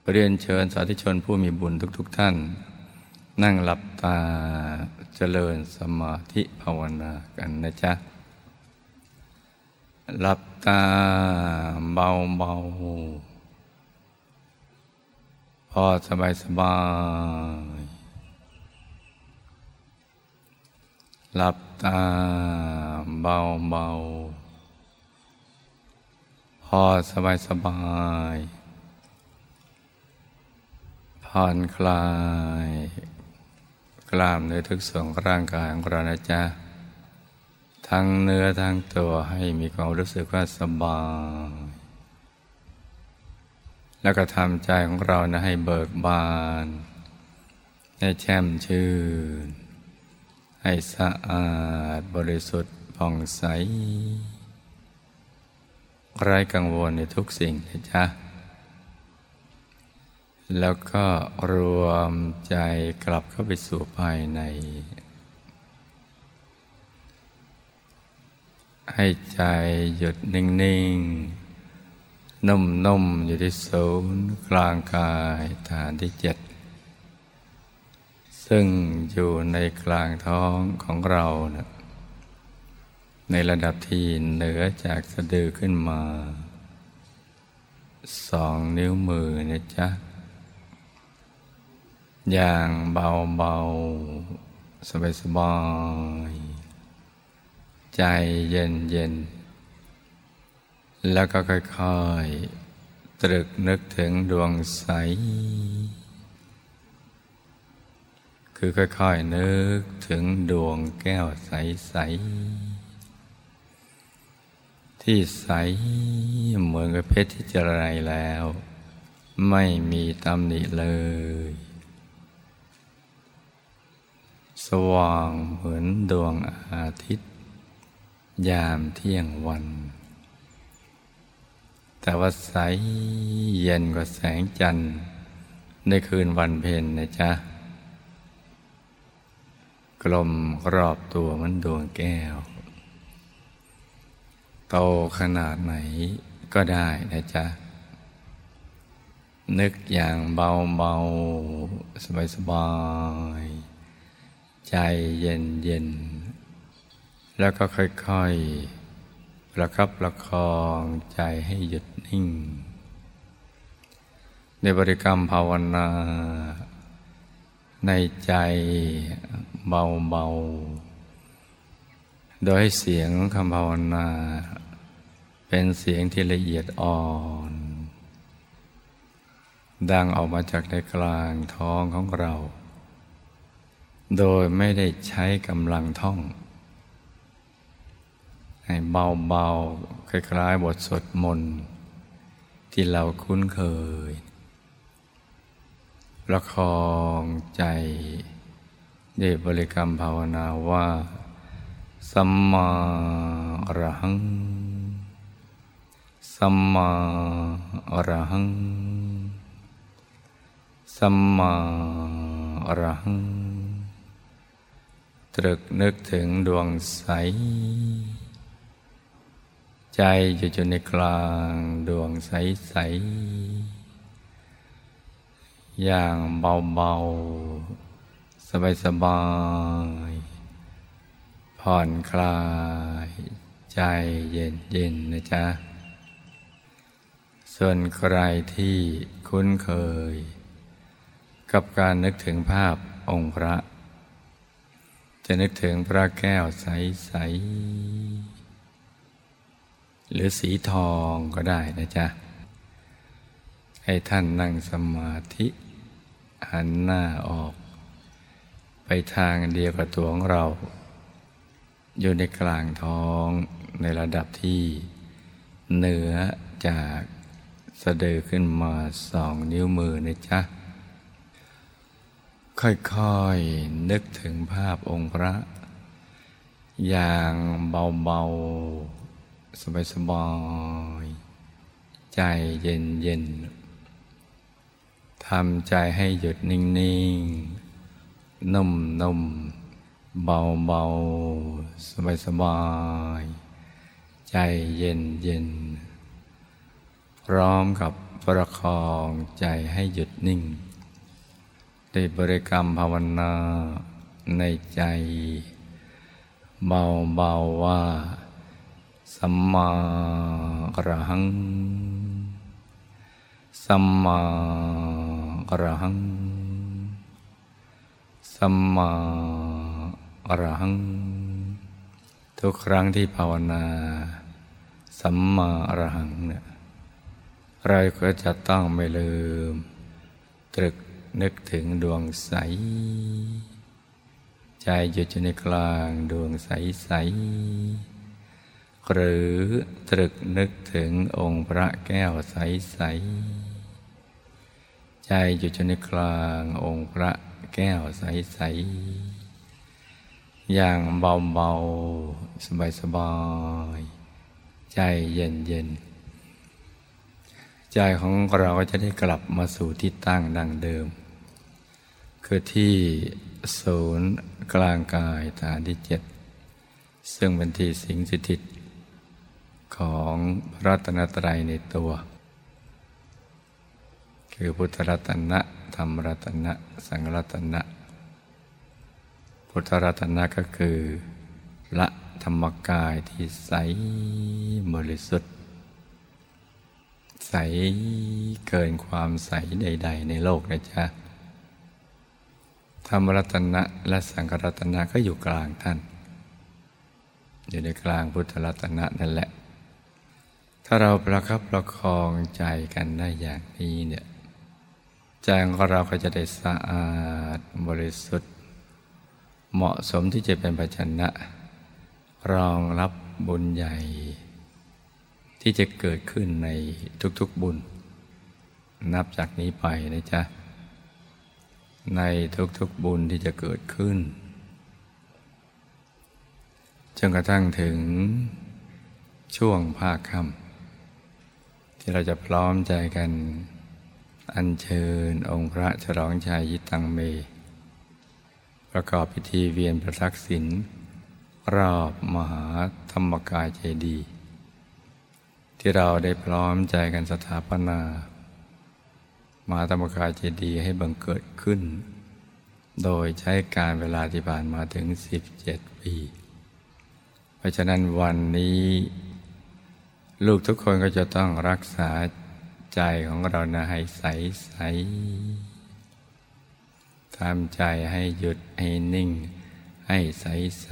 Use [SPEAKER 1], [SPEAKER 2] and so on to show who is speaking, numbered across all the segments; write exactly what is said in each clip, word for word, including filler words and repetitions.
[SPEAKER 1] เรียนเชิญสาธุชนผู้มีบุญทุกๆ ท่านนั่งหลับตาเจริญสมาธิภาวนากันนะจ๊ะหลับตาเบาๆพอสบายสบายหลับตาเบาๆพอสบายสบายผ่อนคลายกล้ามเนื้อทุกส่วนของร่างกายของเรานะจ๊ะทั้งเนื้อทั้งตัวให้มีความรู้สึกว่าสบายแล้วก็ทำใจของเรานะให้เบิกบานให้แช่มชื่นให้สะอาดบริสุทธิ์ผ่องใสไร้กังวลในทุกสิ่งนะจ๊ะแล้วก็รวมใจกลับเข้าไปสู่ภายในให้ใจหยุดนิ่งๆนุ่มๆอยู่ที่ศูนย์กลางกายฐานที่เจ็ดซึ่งอยู่ในกลางท้องของเรานะในระดับที่เหนือจากสะดือขึ้นมาสองนิ้วมือนะจ๊ะอย่างเบาๆสบายๆใจเย็นๆแล้วก็ค่อยๆตรึกนึกถึงดวงใสคือค่อยๆนึกถึงดวงแก้วใสๆที่ใสเหมือนกับเพชรที่เจริญแล้วไม่มีตำหนิเลยสว่างเหมือนดวงอาทิตย์ยามเที่ยงวันแต่ว่าใสเย็นกว่าแสงจันทร์ในคืนวันเพ็ญนะจ๊ะกลมรอบตัวเหมือนดวงแก้วโตขนาดไหนก็ได้นะจ๊ะนึกอย่างเบาๆสบายๆใจเย็นๆแล้วก็ค่อยๆประคับประคองใจให้หยุดนิ่งในบริกรรมภาวนาในใจเบาๆโดยให้เสียงคำภาวนาเป็นเสียงที่ละเอียดอ่อนดังออกมาจากในกลางท้องของเราโดยไม่ได้ใช้กำลังท่องให้เบาๆคล้ายๆบทสวดมนต์ที่เราคุ้นเคยประคองใจด้วยบริกรรมภาวนาว่าสัมมาอรหังสัมมาอรหังสัมมาอรหังตรึกนึกถึงดวงใสใจอยู่จนในกลางดวงใสๆอย่างเบาๆสบายๆผ่อนคลายใจเย็นๆนะจ๊ะส่วนใครที่คุ้นเคยกับการนึกถึงภาพองค์พระจะนึกถึงพระแก้วใสๆหรือสีทองก็ได้นะจ๊ะให้ท่านนั่งสมาธิหันหน้าออกไปทางเดียวกับตัวของเราอยู่ในกลางท้องในระดับที่เหนือจากสะดือขึ้นมาสองนิ้วมือนะจ๊ะค่อยๆนึกถึงภาพองค์พระอย่างเบาๆสบายๆใจเย็นๆทำใจให้หยุดนิ่งๆนุ่มๆเบาๆสบายๆใจเย็นๆพร้อมกับประคองใจให้หยุดนิ่งด้วยบริกรรมภาวนาในใจเบาๆว่าสัมมาอรหังสัมมาอรหังสัมมาอรหังทุกครั้งที่ภาวนาสัมมาอรหังเนี่ยเราก็จะต้องไม่ลืมตรึกนึกถึงดวงใสใจหยุดอยู่ในกลางดวงใสๆหรือตรึกนึกถึงองค์พระแก้วใสๆใจหยุดอยู่ในกลางองค์พระแก้วใสๆอย่างเบาๆสบายๆใจเย็นๆใจของเราก็จะได้กลับมาสู่ที่ตั้งดังเดิมคือที่ศูนย์กลางกายฐานที่เจ็ดซึ่งเป็นที่สิงสถิตของพระรัตนตรัยในตัวคือพุทธรัตนะธรรมรัตนะสังฆรัตนะพุทธรัตนะก็คือละธรรมกายที่ใสบริสุทธิ์ใสเกินความใสใดๆในโลกนะจ๊ะธรรมรัตนะและสังฆรัตนะก็อยู่กลางท่านอยู่ในกลางพุทธรัตนะนั่นแหละถ้าเราประคับประคองใจกันได้อย่างนี้เนี่ยใจของเราก็จะได้สะอาดบริสุทธิ์เหมาะสมที่จะเป็นภาชนะรองรับบุญใหญ่ที่จะเกิดขึ้นในทุกๆบุญนับจากนี้ไปนะจ๊ะในทุกๆบุญที่จะเกิดขึ้นจนกระทั่งถึงช่วงภาคค่ำที่เราจะพร้อมใจกันอัญเชิญองค์พระฉลองชัยยิตังเมประกอบพิธีเวียนประทักษิณรอบมหาธรรมกายเจดีย์ที่เราได้พร้อมใจกันสถาปนามหาธรรมกายเจดีย์ให้บังเกิดขึ้นโดยใช้การเวลาที่ผ่านมาถึงสิบเจ็ดปีเพราะฉะนั้นวันนี้ลูกทุกคนก็จะต้องรักษาใจของเรานะให้ใสใสทำใจให้หยุดให้นิ่งให้ใสใส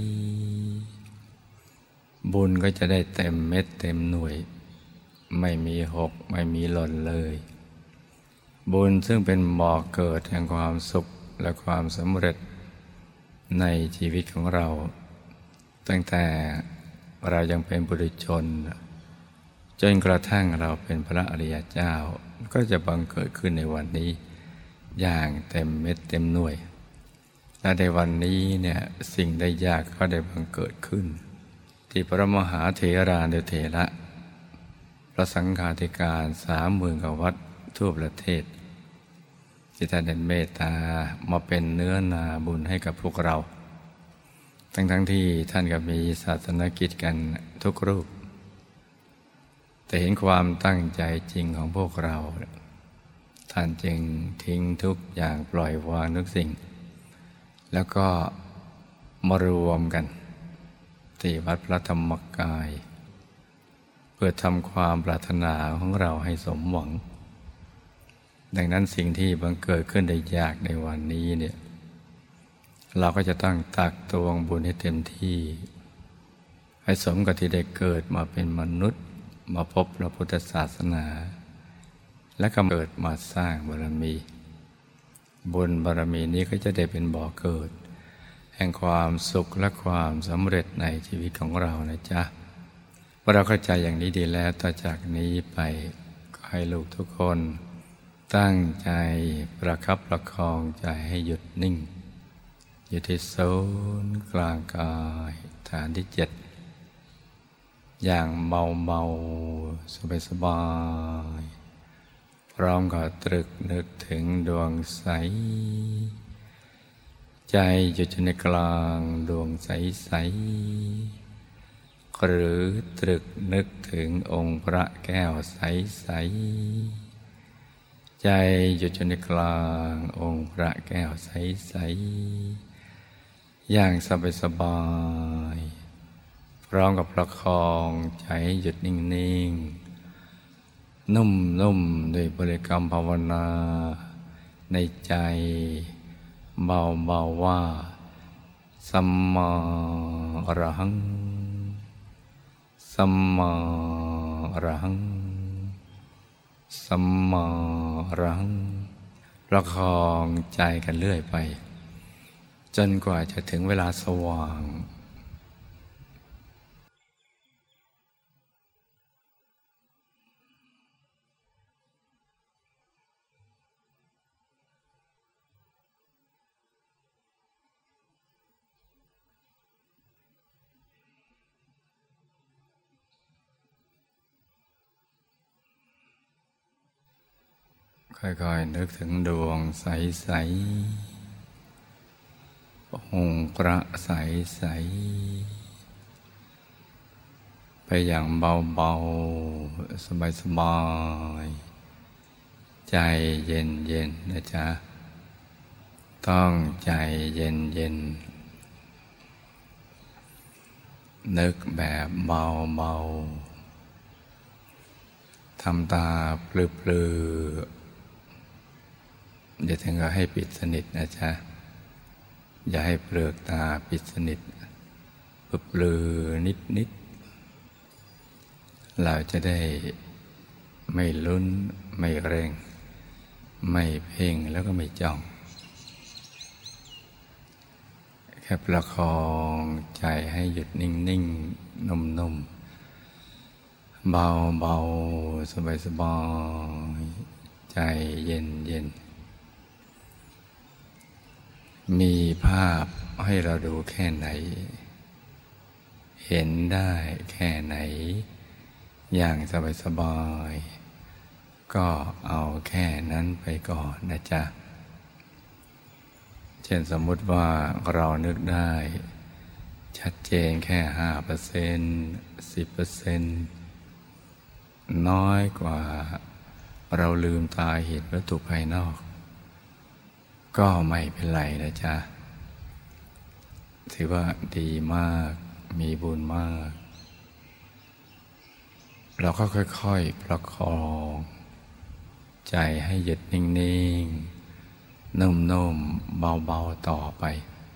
[SPEAKER 1] บุญก็จะได้เต็มเม็ดเต็มหน่วยไม่มีหกไม่มีหล่นเลยบุญซึ่งเป็นบ่อเกิดแห่งความสุขและความสำเร็จในชีวิตของเราตั้งแต่เรายังเป็นปุถุชนจนกระทั่งเราเป็นพระอริยเจ้าก็จะบังเกิดขึ้นในวันนี้อย่างเต็มเม็ดเต็มหน่วยและในวันนี้เนี่ยสิ่งใดยากก็ได้บังเกิดขึ้นที่พระมหาเถรานุเถระพระสังฆาธิการสามหมื่นกว่าวัดทั่วประเทศที่ท่านได้เมตตามาเป็นเนื้อนาบุญให้กับพวกเราทั้งทั้งที่ท่านก็มีศาสนกิจกันทุกรูปแต่เห็นความตั้งใจจริงของพวกเราท่านจึงทิ้งทุกอย่างปล่อยวางทุกสิ่งแล้วก็มารวมกันที่วัดพระธรรมกายเพื่อทำความปรารถนาของเราให้สมหวังดังนั้นสิ่งที่บังเกิดขึ้นได้ยากในวันนี้เนี่ยเราก็จะต้องตักตวงบุญให้เต็มที่ให้สมกับที่ได้เกิดมาเป็นมนุษย์มาพบพระพุทธศาสนาและก็เกิดมาสร้างบารมีบุญบารมีนี้ก็จะได้เป็นบ่อเกิดแห่งความสุขและความสำเร็จในชีวิตของเรานะจ๊ะเมื่อเราเข้าใจอย่างนี้ดีแล้วต่อจากนี้ไปก็ให้ลูกทุกคนตั้งใจประคับประคองใจให้หยุดนิ่งอยู่ที่ศูนย์กลางกายฐานที่เจ็ดอย่างเบาๆสบายๆพร้อมกับตรึกนึกถึงดวงใสใจอยู่ในกลางดวงใสๆหรือตรึกนึกถึงองค์พระแก้วใสๆใจหยุดอยู่ในกลางองค์พระแก้วใสๆอย่างสบายๆพร้อมกับประคองใจให้หยุดนิ่งๆนุ่มๆด้วยบริกรรมภาวนาในใจเบาๆว่าสัมมาอรหังสัมมาอรหังสัมมาอรหังประคองใจกันเรื่อยไปจนกว่าจะถึงเวลาสว่างค่อยๆนึกถึงดวงใสๆองค์พระใสๆไปอย่างเบาๆสบายๆใจเย็นๆนะจ๊ะต้องใจเย็นๆนึกแบบเบาๆทำตาปลือๆอย่าถึงกับให้ปิดสนิทนะจ๊ะอย่าให้เปลือกตาปิดสนิทปลือนิดนิดเราจะได้ไม่ลุ้นไม่เร่งไม่เพ่งแล้วก็ไม่จ้องแค่ประคองใจให้หยุดนิ่งๆนุ่มๆเบาๆสบายๆใจเย็นๆมีภาพให้เราดูแค่ไหนเห็นได้แค่ไหนอย่างสบายๆก็เอาแค่นั้นไปก่อนนะจ๊ะเช่นสมมุติว่าเรานึกได้ชัดเจนแค่ห้าเปอร์เซ็นต์สิบเปอร์เซ็นต์น้อยกว่าเราลืมตาเห็นวัตถุภายนอกก็ไม่เป็นไรนะจ๊ะถือว่าดีมากมีบุญมากเราก็ค่อยๆประคองใจให้หยุดนิ่งๆนุ่มๆเบาๆต่อไป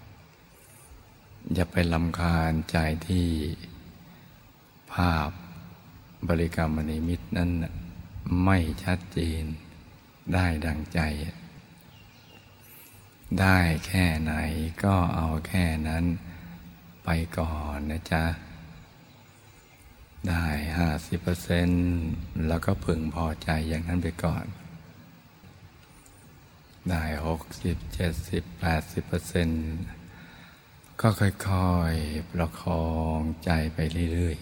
[SPEAKER 1] อย่าไปรำคาญใจที่ภาพบริกรรมนิมิตนั้นไม่ชัดเจนได้ดังใจได้แค่ไหนก็เอาแค่นั้นไปก่อนนะจ๊ะได้ห้าสิบเปอร์เซ็นต์แล้วก็พึงพอใจอย่างนั้นไปก่อนได้หกสิบเจ็ดสิบแปดสิบเปอร์เซ็นต์ก็ค่อยๆประคองใจไปเรื่อย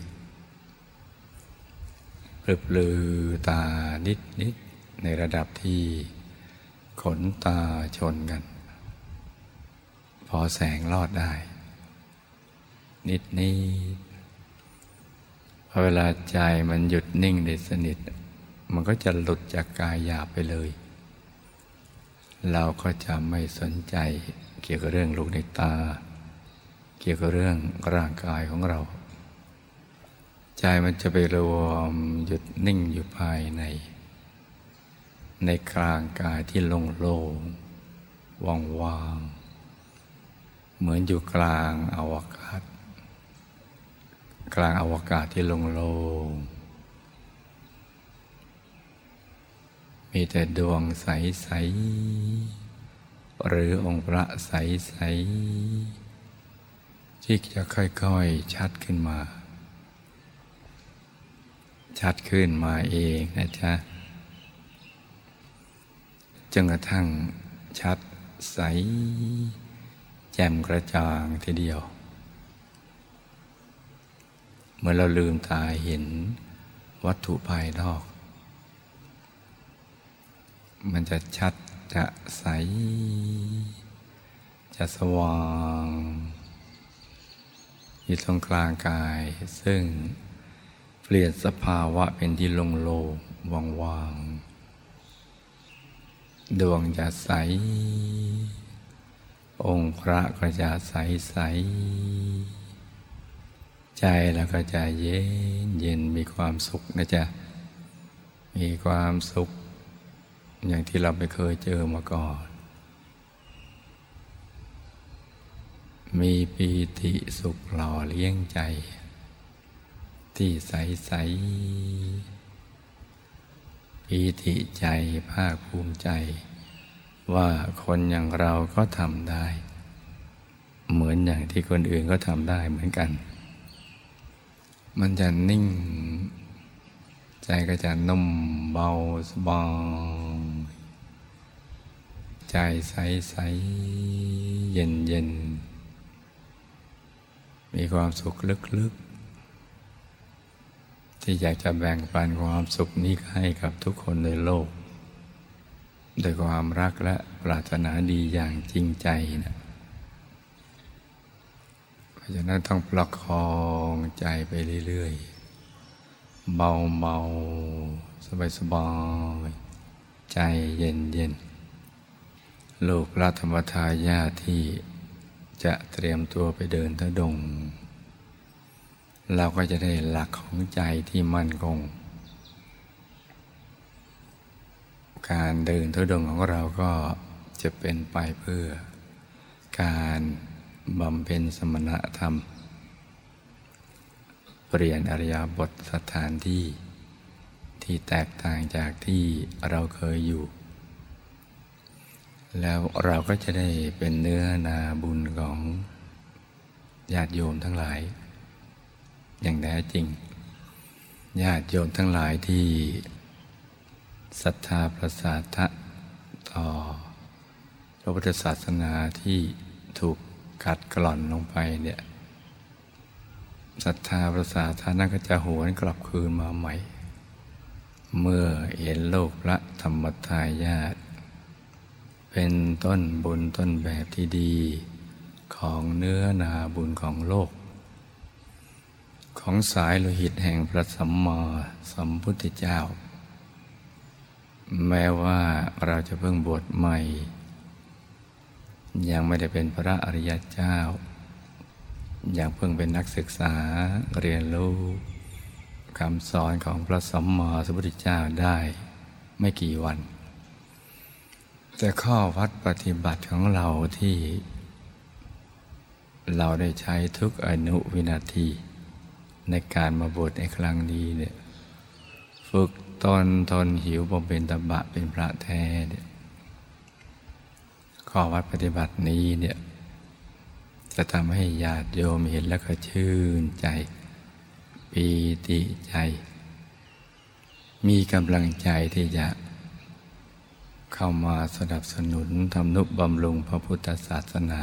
[SPEAKER 1] ๆปลือตานิดๆในระดับที่ขนตาชนกันพอแสงลอดได้นิดนิดพอเวลาใจมันหยุดนิ่งได้สนิทมันก็จะหลุดจากกายหยาบไปเลยเราก็จะไม่สนใจเกี่ยวกับเรื่องลูกในตาเกี่ยวกับเรื่องร่างกายของเราใจมันจะไปรวมหยุดนิ่งอยู่ภายในในกลางกายที่โล่งๆว่างๆเหมือนอยู่กลางอวกาศกลางอวกาศที่โล่งๆมีแต่ดวงใสๆหรือองค์พระใสๆที่จะค่อยๆชัดขึ้นมาชัดขึ้นมาเองนะจ๊ะจนกระทั่งชัดใสแจ่มกระจ่างทีเดียวเมื่อเราลืมตาเห็นวัตถุภายนอกมันจะชัดจะใสจะสว่างอยู่ตรงกลางกายซึ่งเปลี่ยนสภาวะเป็นที่โล่งๆว่างๆดวงจะใสองค์พระก็จะใสใสใจแล้วก็จะเย็นเย็นมีความสุขนะจ๊ะมีความสุขอย่างที่เราไม่เคยเจอมาก่อนมีปีติสุขหล่อเลี้ยงใจที่ใสใสปีติใจภาคภูมิใจว่าคนอย่างเราก็ทำได้เหมือนอย่างที่คนอื่นก็ทำได้เหมือนกันมันจะนิ่งใจก็จะนุ่มเบาสบายใจใสใสเย็นเย็นมีความสุขลึกๆที่อยากจะแบ่งปันความสุขนี้ให้กับทุกคนในโลกด้วยความรักและปรารถนาดีอย่างจริงใจนะเพราะฉะนั้นต้องประคองใจไปเรื่อยๆเบาๆสบายๆใจเย็นๆลูกพระธรรมทายาทที่จะเตรียมตัวไปเดินธุดงค์เราก็จะได้หลักของใจที่มั่นคงการเดินธุดงค์ของเราก็จะเป็นไปเพื่อการบำเพ็ญสมณธรรมเปลี่ยนอริยบทสถานที่ที่แตกต่างจากที่เราเคยอยู่แล้วเราก็จะได้เป็นเนื้อนาบุญของญาติโยมทั้งหลายอย่างแท้จริงญาติโยมทั้งหลายที่ศรัทธาประสาทะต่อพระพุทธศาสนาที่ถูกกัดกร่อนลงไปเนี่ยศรัทธาประสาทะนั้นก็จะหวนกลับคืนมาใหม่เมื่อเห็นโลกพระธรรมทายาทเป็นต้นบุญต้นแบบที่ดีของเนื้อนาบุญของโลกของสายโลหิตแห่งพระสัมมาสัมพุทธเจ้าแม้ว่าเราจะเพิ่งบวชใหม่ยังไม่ได้เป็นพระอริยเจ้ายังเพิ่งเป็นนักศึกษาเรียนรู้คำสอนของพระสัมมาสัมพุทธเจ้าได้ไม่กี่วันแต่ข้อวัดปฏิบัติของเราที่เราได้ใช้ทุกอนุวินาทีในการมาบวชในครั้งนี้เนี่ยฝึกตนทนหิวบำเพ็ญตบะเป็นพระแท้เนี่ยข้อวัดปฏิบัตินี้เนี่ยจะทำให้ญาติโยมเห็นแล้วก็ชื่นใจปีติใจมีกำลังใจที่จะเข้ามาสนับสนุนทำนุบำรุงพระพุทธศาสนา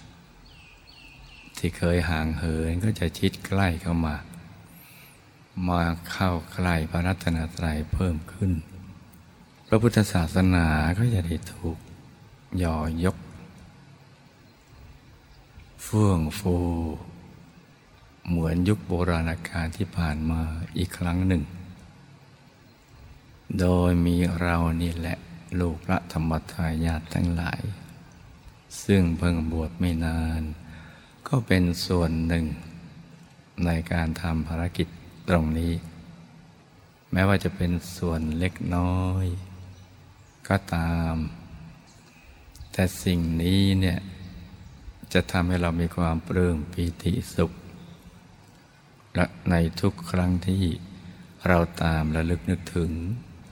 [SPEAKER 1] ที่เคยห่างเหินก็จะชิดใกล้เข้ามามาเข้าใกล้พระรัตนตรัยเพิ่มขึ้นพระพุทธศาสนาก็จะได้ถูกย่อยกเฟื่องฟูเหมือนยุคโบราณกาลที่ผ่านมาอีกครั้งหนึ่งโดยมีเรานี่แหละลูกพระธรรมทายาททั้งหลายซึ่งเพิ่งบวชไม่นานก็เป็นส่วนหนึ่งในการทำภารกิจตรงนี้แม้ว่าจะเป็นส่วนเล็กน้อยก็ตามแต่สิ่งนี้เนี่ยจะทำให้เรามีความปลื้มปีติสุขและในทุกครั้งที่เราตามระลึกนึกถึง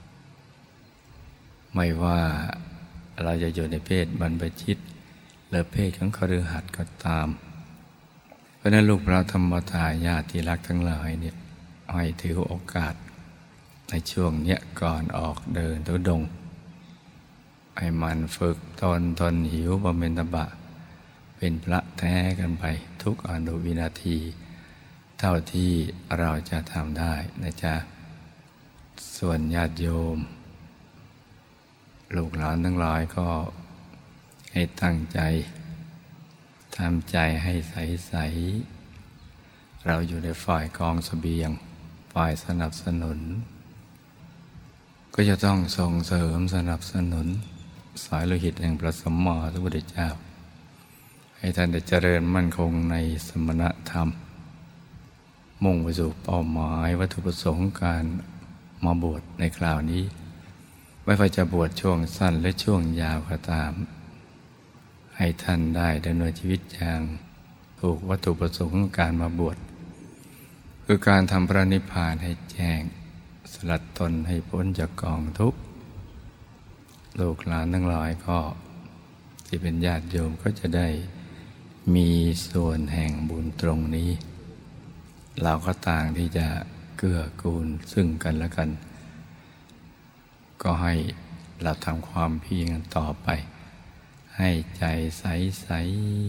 [SPEAKER 1] ไม่ว่าเราจะอยู่ในเพศบรรพชิตหรือเพศของคฤหัสถ์ก็ตามเพราะนั้นลูกพระธรรมทายาทที่รักทั้งหลายเนี่ยให้ถือโอกาสในช่วงเนี้ยก่อนออกเดินธุดงค์ให้มันฝึกตนทนหิวบำเพ็ญตบะเป็นพระแท้กันไปทุกอนุวินาทีเท่าที่เราจะทำได้นะจ๊ะส่วนญาติโยมลูกหลานทั้งหลายก็ให้ตั้งใจทำใจให้ใสๆเราอยู่ในฝ่ายกองเสบียงฝ่ายสนับสนุนก็จะต้องส่งเสริมสนับสนุนสายโลหิตแห่งพระสัมมาสัมพุทธเจ้าให้ท่านได้เจริญมั่นคงในสมณธรรมมุ่งไปสู่เป้าหมายวัตถุประสงค์การมาบวชในคราวนี้ไม่ว่าจะบวชช่วงสั้นและช่วงยาวก็ตามให้ท่านได้ดำเนินชีวิตอย่างถูกวัตถุประสงค์ของการมาบวชคือการทำพระนิพพานให้แจ้งสลัดตนให้พ้นจากกองทุกข์ลูกหลานทั้งหลายก็ที่เป็นญาติโยมก็จะได้มีส่วนแห่งบุญตรงนี้เราก็ต่างที่จะเกื้อกูลซึ่งกันและกันก็ให้เราทำความเพียรกันต่อไปให้ใจใสใส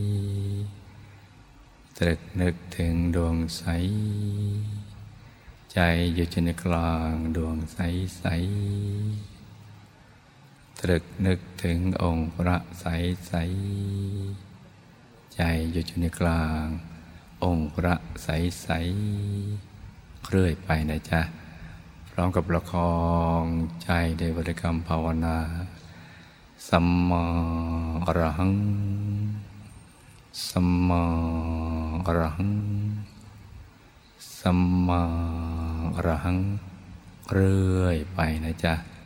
[SPEAKER 1] ตรึกนึกถึงดวงใสใจอยู่ในกลางดวงใสใสตรึกนึกถึงองค์พระใสใสใจอยู่ในกลางองค์พระใสใสเรื่อยไปนะจ๊ะพร้อมกับประคองใจในบริกรรมภาวนาสัมมาอรหังสัมมาอรหังสัมมาอรหังเรื่อยไปนะจ๊ะ